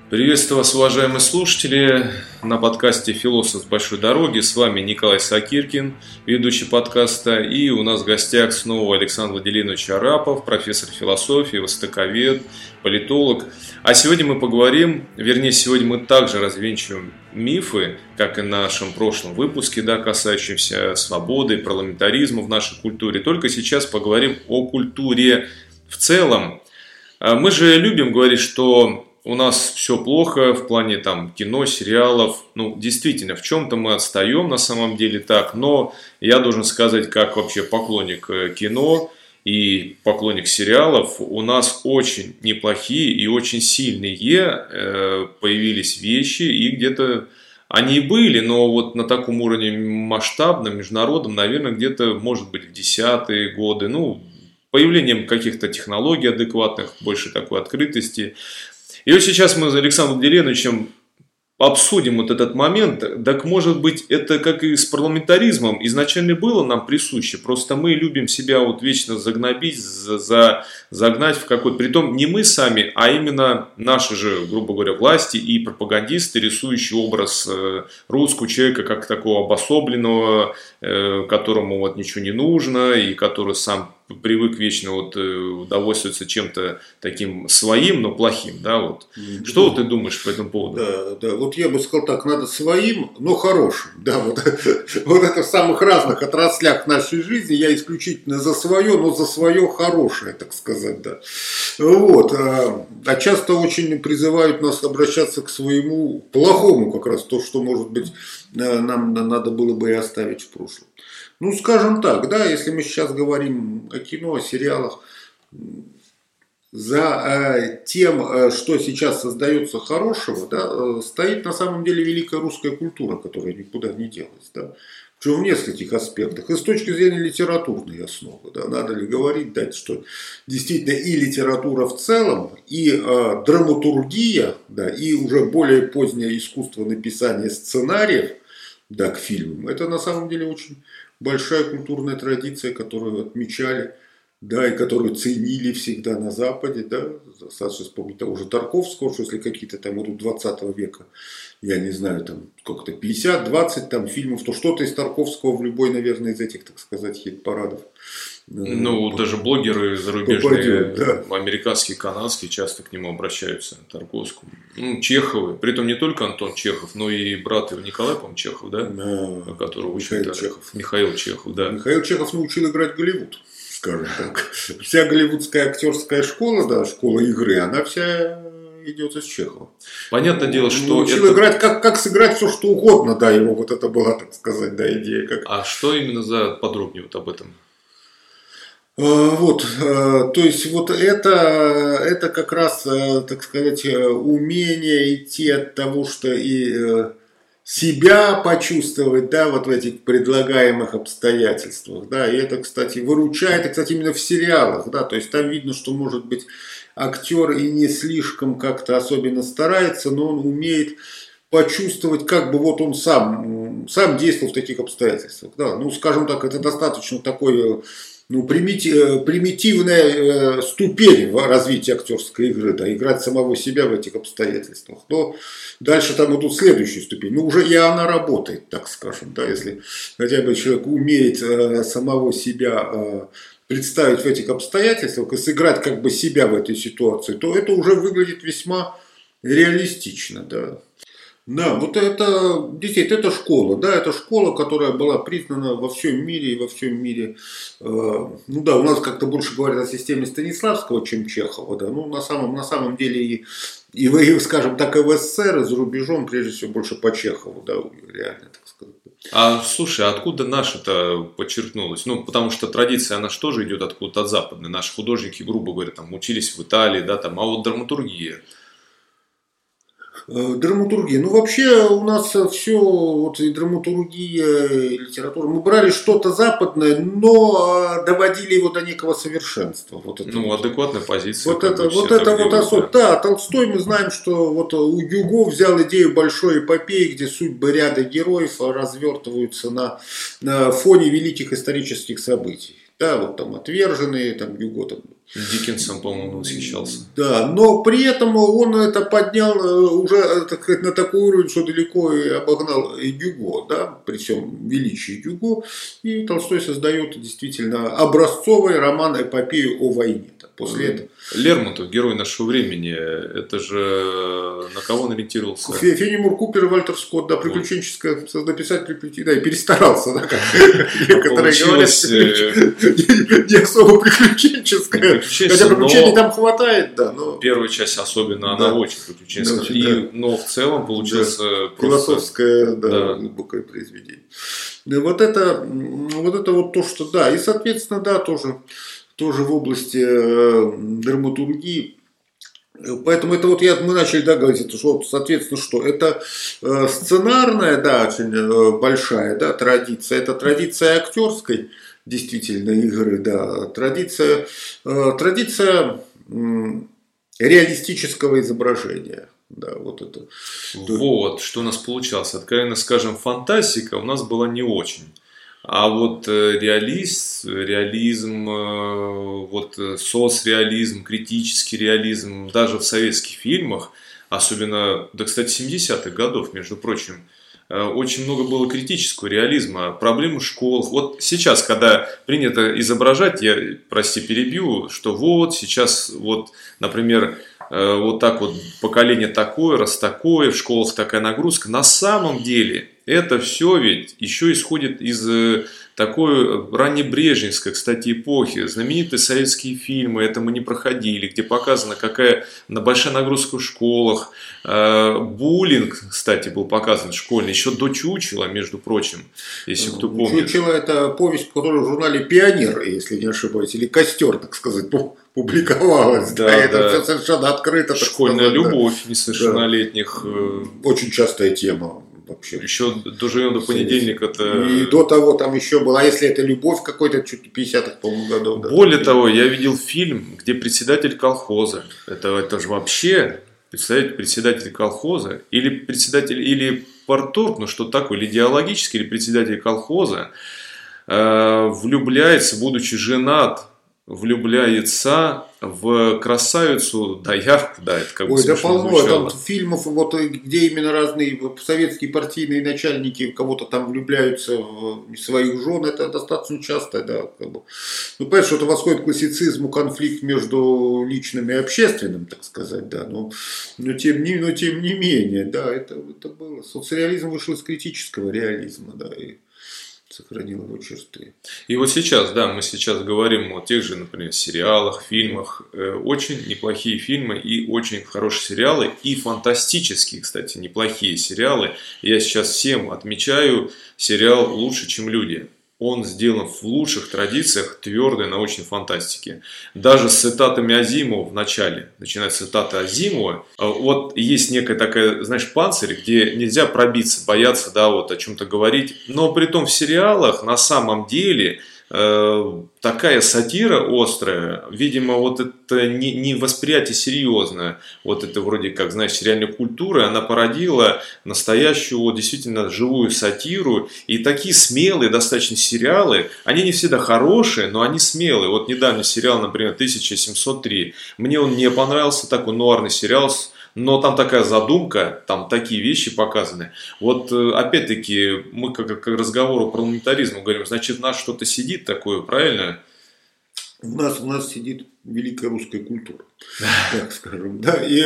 Приветствую вас, уважаемые слушатели, на подкасте «Философ с большой дороги». С вами Николай Сакиркин, ведущий подкаста. И у нас в гостях снова Александр Владимирович Арапов, профессор философии, востоковед, политолог. А сегодня мы поговорим, сегодня мы также развенчиваем мифы, как и в нашем прошлом выпуске, касающимся свободы, парламентаризма в нашей культуре. Только сейчас поговорим о культуре в целом. Мы же любим говорить, что у нас все плохо в плане кино, сериалов. Действительно, в чем-то мы отстаем на самом деле так. Но я должен сказать, как вообще поклонник кино и поклонник сериалов, у нас очень неплохие и очень сильные появились вещи. И где-то они были, но вот на таком уровне масштабном, международном, наверное, где-то, может быть, в 10-е годы. Появлением каких-то технологий адекватных, больше такой открытости. И вот сейчас мы с Александром Владимировичем обсудим вот этот момент. Так может быть, это как и с парламентаризмом изначально было нам присуще. Просто мы любим себя вечно загнобить, загнать в какой-то... Притом не мы сами, а именно наши же, грубо говоря, власти и пропагандисты, рисующие образ русского человека как такого обособленного, которому ничего не нужно и который сам привык вечно удовольствоваться чем-то таким своим, но плохим, Что ты думаешь по этому поводу? Да. Вот я бы сказал так, надо своим, но хорошим. Да, вот это в самых разных отраслях нашей жизни. Я исключительно за свое, но за свое хорошее, так сказать, да. А часто очень призывают нас обращаться к своему плохому, как раз то, что, может быть, нам надо было бы и оставить в прошлом. Скажем так, если мы сейчас говорим о кино, о сериалах, за тем, что сейчас создается хорошего, стоит на самом деле великая русская культура, которая никуда не делась. Причем в нескольких аспектах. И с точки зрения литературной основы. Надо ли говорить, что действительно и литература в целом, и драматургия, и уже более позднее искусство написания сценариев к фильмам, это на самом деле очень большая культурная традиция, которую отмечали, и которую ценили всегда на Западе, достаточно вспомнить того же Тарковского, что если какие-то идут 20 века, я не знаю, сколько-то 50-20 фильмов, то что-то из Тарковского в любой, наверное, из этих, так сказать, хит-парадов. Даже блогеры зарубежные, американские, канадские, часто к нему обращаются, Тарковскому. Чеховы, притом не только Антон Чехов, но и брат его Николай, по-моему, Чехов, которого Михаил Чехов, Михаил Чехов научил играть Голливуд, скажем так. Вся голливудская актерская школа, школа игры, она вся идет из Чехова. Понятное дело, что научил играть, как сыграть все, что угодно, его это была, так сказать, идея. А что именно подробнее об этом? То есть это как раз, так сказать, умение идти от того, что и себя почувствовать, в этих предлагаемых обстоятельствах, и это, кстати, выручает, и, кстати, именно в сериалах, то есть там видно, что, может быть, актер и не слишком как-то особенно старается, но он умеет почувствовать, как бы он сам действовал в таких обстоятельствах, скажем так, это достаточно такой примитивная ступень в развитии актерской игры, играть самого себя в этих обстоятельствах. Но дальше идут следующие ступени. Уже и она работает, так скажем, если хотя бы человек умеет самого себя представить в этих обстоятельствах и сыграть как бы себя в этой ситуации, то это уже выглядит весьма реалистично, это действительно это школа, это школа, которая была признана во всем мире, и во всем мире, у нас как-то больше говорят о системе Станиславского, чем Чехова, на самом деле и, скажем так, и в СССР, и за рубежом, прежде всего, больше по Чехову, реально, так сказать. Слушай, откуда наше-то подчеркнулось? Потому что традиция, она же тоже идет откуда-то от западной. Наши художники, грубо говоря, учились в Италии, а вот драматургия. Драматургия. Вообще у нас все, и драматургия, и литература. Мы брали что-то западное, но доводили его до некого совершенства. Адекватная позиция. Толстой, мы знаем, что у Гюго взял идею большой эпопеи, где судьбы ряда героев развертываются на фоне великих исторических событий. Да, вот там «Отверженные», там Гюго там. Диккенсом, по-моему, восхищался. Да, но при этом он это поднял уже, так сказать, на такой уровень, что далеко и обогнал и Гюго, да, при всем величии Гюго. И Толстой создает действительно образцовый роман-эпопею о войне. После этого. Лермонтов, герой нашего времени, это же на кого он ориентировался? Фенемор Купер и Вальтер Скотт, да, приключенческое, написать приключение, да, и перестарался, да, как некоторые говорят, не особо приключенческое, хотя приключений там хватает, да, но... Первая часть особенно, она очень приключенческая, но в целом получился просто... Философское, да, глубокое произведение. Вот это вот то, что, да, и, соответственно, да, тоже в области драматургии. Поэтому это вот мы начали говорить, это что, соответственно, что это сценарная, да, очень большая, да, традиция. Это традиция актерской, действительно, игры, да, традиция реалистического изображения. Да, вот это. Вот, что у нас получалось. Откровенно скажем, фантастика у нас была не очень. А вот реализм, вот соцреализм, критический реализм, даже в советских фильмах, особенно, да, кстати, 70-х годов, между прочим, очень много было критического реализма, проблемы школ. Вот сейчас, когда принято изображать, я, прости, перебью, что вот сейчас, вот, например, вот так вот поколение такое, раз такое, в школах такая нагрузка. На самом деле это все ведь еще исходит из такой раннебрежневской, кстати, эпохи. Знаменитые советские фильмы, это мы не проходили, где показано, какая большая нагрузка в школах. Буллинг, кстати, был показан школьный, еще до Чучела, между прочим, если кто помнит. Чучело — это повесть, которая в журнале «Пионер», если не ошибаюсь, или «Костер», так сказать, публиковалась. Да, это все совершенно открыто. Школьная любовь несовершеннолетних. Очень частая тема. Вообще. Еще доживем до понедельника. И до того там еще было, а если это любовь какой-то, чуть 50-х, по-моему, годов. Да, более того, я видел фильм, где председатель колхоза, это же вообще председатель колхоза, или председатель, или парторг, ну что такое, или идеологический, или председатель колхоза, влюбляется, будучи женат, влюбляется в красавицу доярку, да, это как бы смешно полно там фильмов, вот, где именно разные советские партийные начальники кого-то там влюбляются в своих жен, это достаточно часто, да, как бы. Ну, понятно, что это восходит к классицизму, конфликт между личным и общественным, так сказать, да, но тем не менее, да, это было. Соцреализм вышел из критического реализма, да, и сохранил его черты. И вот сейчас, да, мы сейчас говорим о тех же, например, сериалах, фильмах. Очень неплохие фильмы и очень хорошие сериалы. И фантастические, кстати, неплохие сериалы. Я сейчас всем отмечаю сериал «Лучше, чем люди». Он сделан в лучших традициях твердой научной фантастики. Даже с цитатами Азимова в начале, начиная с цитаты Азимова, вот есть некая такая, знаешь, панцирь, где нельзя пробиться, бояться, да, вот о чем-то говорить. Но при том в сериалах на самом деле такая сатира острая, видимо, вот это не восприятие серьезное, вот это вроде как, знаешь, сериальной культуры, она породила настоящую, вот, действительно живую сатиру, и такие смелые достаточно сериалы, они не всегда хорошие, но они смелые. Вот недавний сериал, например, 1703, мне он не понравился, такой нуарный сериал, но там такая задумка, там такие вещи показаны. Вот опять-таки мы как разговор про парламентаризм говорим, значит, в нас что-то сидит такое, правильно? У нас сидит великая русская культура, так скажем, да, и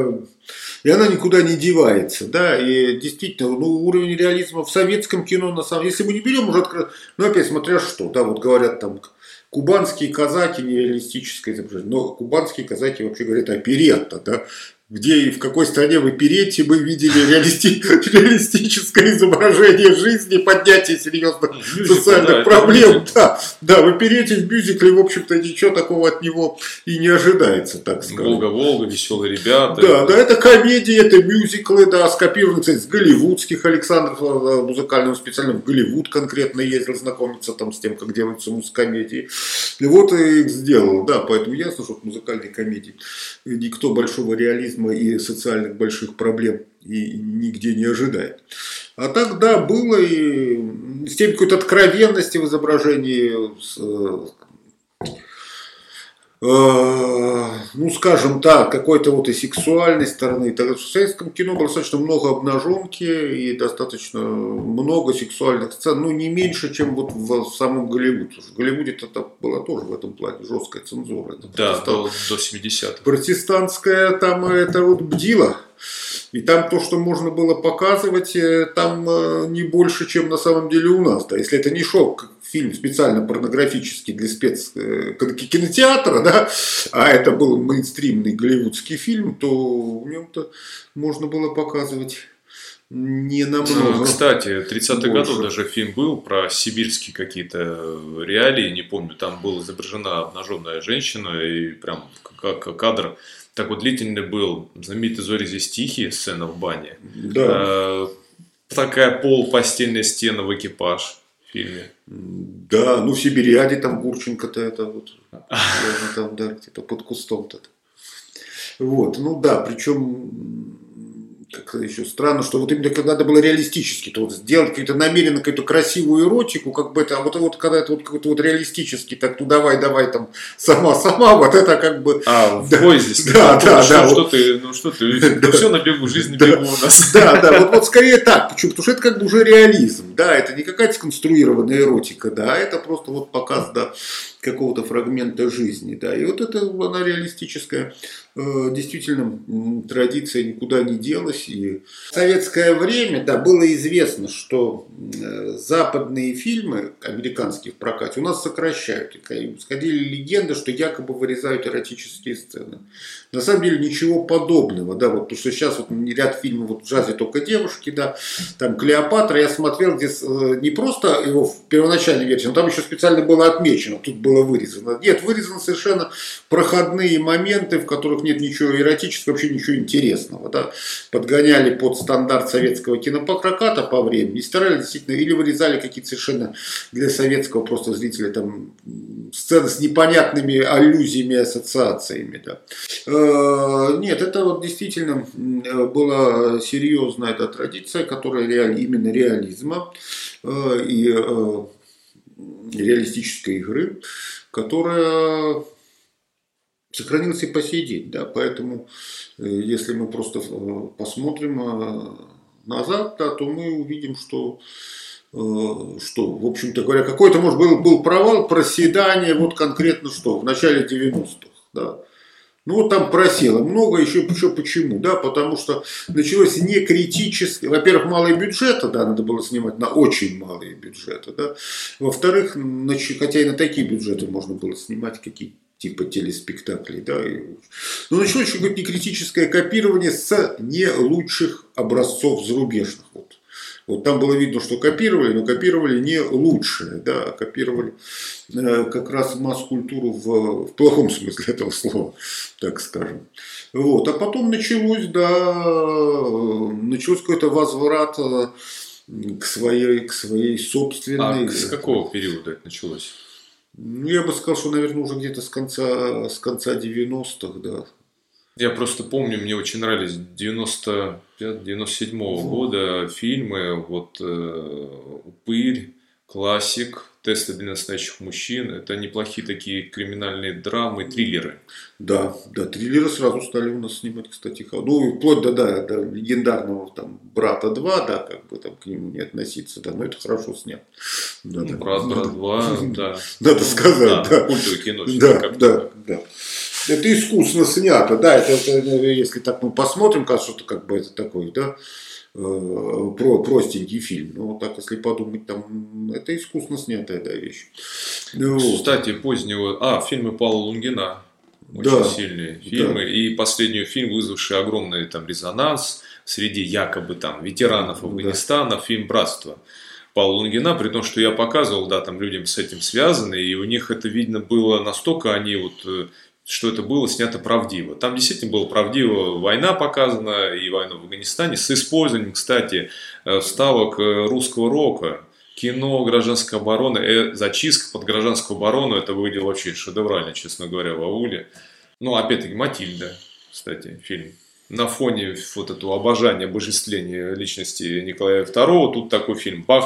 она никуда не девается, да, и действительно, уровень реализма в советском кино, на самом деле, если мы не берем уже, опять смотря что, да, вот говорят там, кубанские казаки, нереалистическое изображение, но кубанские казаки вообще говорят оперетта, да, где и в какой стране в оперетте мы видели реалистическое изображение жизни, поднятие серьезных социальных проблем. Да, в оперете, в мюзикле, в общем-то, ничего такого от него и не ожидается, так сказать. Волга-Волга, веселые ребята. Да, это комедии, это мюзиклы, да, скопированы, кстати, с голливудских. Александров музыкальным специально в Голливуд конкретно ездил знакомиться там с тем, как делаются музыкомедии. И вот и их сделал, да, поэтому ясно, что в музыкальной комедии никто большого реализма и социальных больших проблем и нигде не ожидает. А так, да, было и степень какой-то откровенности в изображении Ну, скажем так, какой-то вот и сексуальной стороны. Так, в советском кино было достаточно много обнаженки и достаточно много сексуальных сцен, ну, не меньше, чем вот в самом Голливуде. В Голливуде это была тоже в этом плане жесткая цензура. Это Да, до 70-х. Протестантская там это вот бдила. И там то, что можно было показывать, там не больше, чем на самом деле у нас. Да. Если это не шел фильм специально порнографический для спецкинотеатра, да, а это был мейнстримный голливудский фильм, то в нем-то можно было показывать не намного. Кстати, 30-х годов даже фильм был про сибирские какие-то реалии, не помню, там была изображена обнаженная женщина, и прям кадр такой длительный был, знаменитый «Зори здесь тихие», сцена в бане. Да. Такая полупостельная стена в экипаж в фильме. Да, ну в Сибириаде там Гурченко-то это вот, там, да, где-то под кустом-то. Вот, ну да, причем как еще странно, что вот именно когда это было реалистически, то вот сделать какую-то намеренно какую-то красивую эротику, как бы это, а вот когда это вот какой-то вот реалистический, так, ну давай вот это как бы... В бой здесь. Да. Что ты, все на бегу, жизнь на бегу у нас. Да, вот скорее так, почему? Потому что это как бы уже реализм, да, это не какая-то сконструированная эротика, да, это просто вот показ, да, какого-то фрагмента жизни, да, и вот это она реалистическая, действительно, традиция никуда не делась, и в советское время, да, было известно, что западные фильмы, американские в прокате, у нас сокращают, и сходили легенды, что якобы вырезают эротические сцены. На самом деле ничего подобного, да, вот, потому что сейчас вот ряд фильмов, вот в «Джазе только девушки», да, там «Клеопатра», я смотрел, где не просто его в первоначальной версии, но там еще специально было отмечено, тут было вырезано. Нет, вырезаны совершенно проходные моменты, в которых нет ничего эротического, вообще ничего интересного, да, подгоняли под стандарт советского кинопроката по времени и старались действительно, или вырезали какие-то совершенно для советского просто зрителя там сцены с непонятными аллюзиями и ассоциациями, да. Нет, это вот действительно была серьезная традиция, которая именно реализма и реалистической игры, которая сохранилась и по сей день. Да? Поэтому, если мы просто посмотрим назад, да, то мы увидим, что, в общем-то говоря, какой-то, может, был провал, проседание, вот конкретно что, в начале 90-х. Да? Ну вот там просело много, еще почему, да, потому что началось не критически, во-первых, малые бюджеты, да, надо было снимать на очень малые бюджеты, да, во-вторых, хотя и на такие бюджеты можно было снимать какие-то типа телеспектаклей, да, но началось еще не критическое копирование с не лучших образцов зарубежных, вот там было видно, что копировали, но копировали не лучшее, да, а копировали как раз масс-культуру в плохом смысле этого слова, так скажем. Вот. А потом началось какой-то возврат к своей собственной... А с какого периода это началось? Я бы сказал, что, наверное, уже где-то с конца 90-х, да. Я просто помню, мне очень нравились 95-97 года фильмы, вот «Упырь», «Классик», «Тесты для настоящих мужчин». Это неплохие такие криминальные драмы, триллеры. Да, триллеры сразу стали у нас снимать, кстати. Ну, вплоть до легендарного там «Брата 2», да, как бы там к нему не относиться, да, но это хорошо снято. Да, «Брат 2», да. Надо сказать, да. Культовое кино. Да. Это искусственно снято, да, это если так мы посмотрим, кажется, что как бы это такой, да, простенький фильм. Но вот так, если подумать, там это искусственно снятая, да, вещь. Кстати, позднего... фильмы Павла Лунгина. Очень сильные фильмы. Да. И последний фильм, вызвавший огромный там резонанс среди якобы там ветеранов Афганистана, фильм «Братство» Павла Лунгина, при том, что я показывал, да, там людям с этим связаны, и у них это видно было настолько, они вот... что это было снято правдиво. Там действительно было правдиво война показана, и война в Афганистане, с использованием, кстати, вставок русского рока, кино, гражданская оборона, зачистка под гражданскую оборону, это выглядело вообще шедеврально, честно говоря, в ауле. Ну, опять-таки, «Матильда», кстати, фильм. На фоне вот этого обожания, обожествления личности Николая II, тут такой фильм, бах,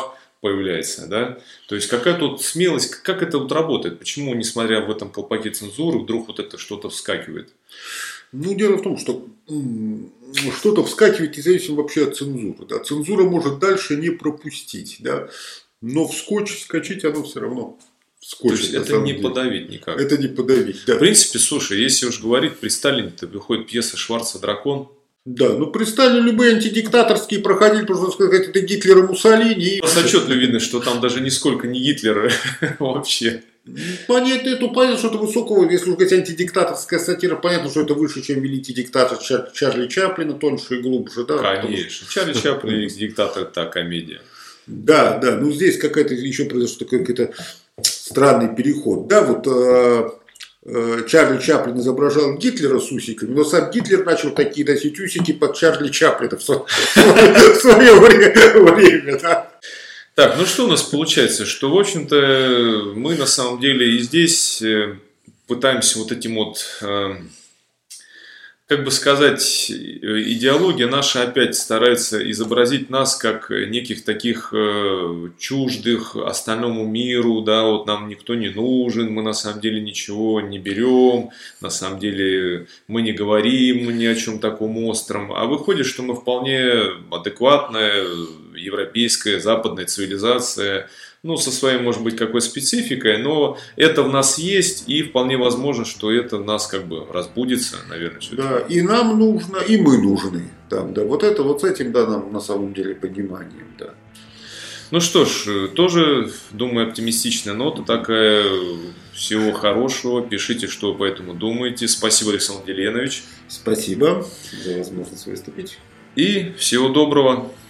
появляется, да? То есть какая тут смелость, как это вот работает? Почему, несмотря в этом колпаке цензуры, вдруг вот это что-то вскакивает? Ну, дело в том, что что-то вскакивает независимо вообще от цензуры. Да? Цензура может дальше не пропустить, да? Но вскочить оно все равно вскочит. То есть это не подавить никак. Это не подавить, да. В принципе, слушай, если уж говорить, при Сталине-то выходит пьеса Шварца «Дракон». Да, ну при Сталине любые антидиктаторские проходили, потому что сказать, это Гитлер и Муссолини. Просто отчетливо видно, что там даже нисколько не Гитлер вообще. Понятно, что это высокого, если уж говорить антидиктаторская сатира, понятно, что это выше, чем великий диктатор Чарли Чаплина, тоньше и глубже, да. Конечно. Чарли Чаплин, великий диктатор, это комедия. Да, ну здесь какая-то еще произошел какой-то странный переход. Да, вот Чарли Чаплин изображал Гитлера с усиками, но сам Гитлер начал такие носить усики под Чарли Чаплина в свое время, да. Так, ну что у нас получается, что, в общем-то, мы на самом деле и здесь пытаемся вот этим вот, как бы сказать, идеология наша опять старается изобразить нас как неких таких чуждых остальному миру, да, вот нам никто не нужен, мы на самом деле ничего не берем, на самом деле мы не говорим ни о чем таком остром, а выходит, что мы вполне адекватная европейская, западная цивилизация, ну, со своей, может быть, какой-то спецификой, но это в нас есть, и вполне возможно, что это в нас как бы разбудится, наверное, все-таки. Да, и нам нужно, и мы нужны. Там, да, вот это вот с этим, да, нам на самом деле пониманием, да. Ну что ж, тоже, думаю, оптимистичная нота такая. Всего хорошего. Пишите, что вы по этому думаете. Спасибо, Александр Деленович. Спасибо за возможность выступить. И всего доброго.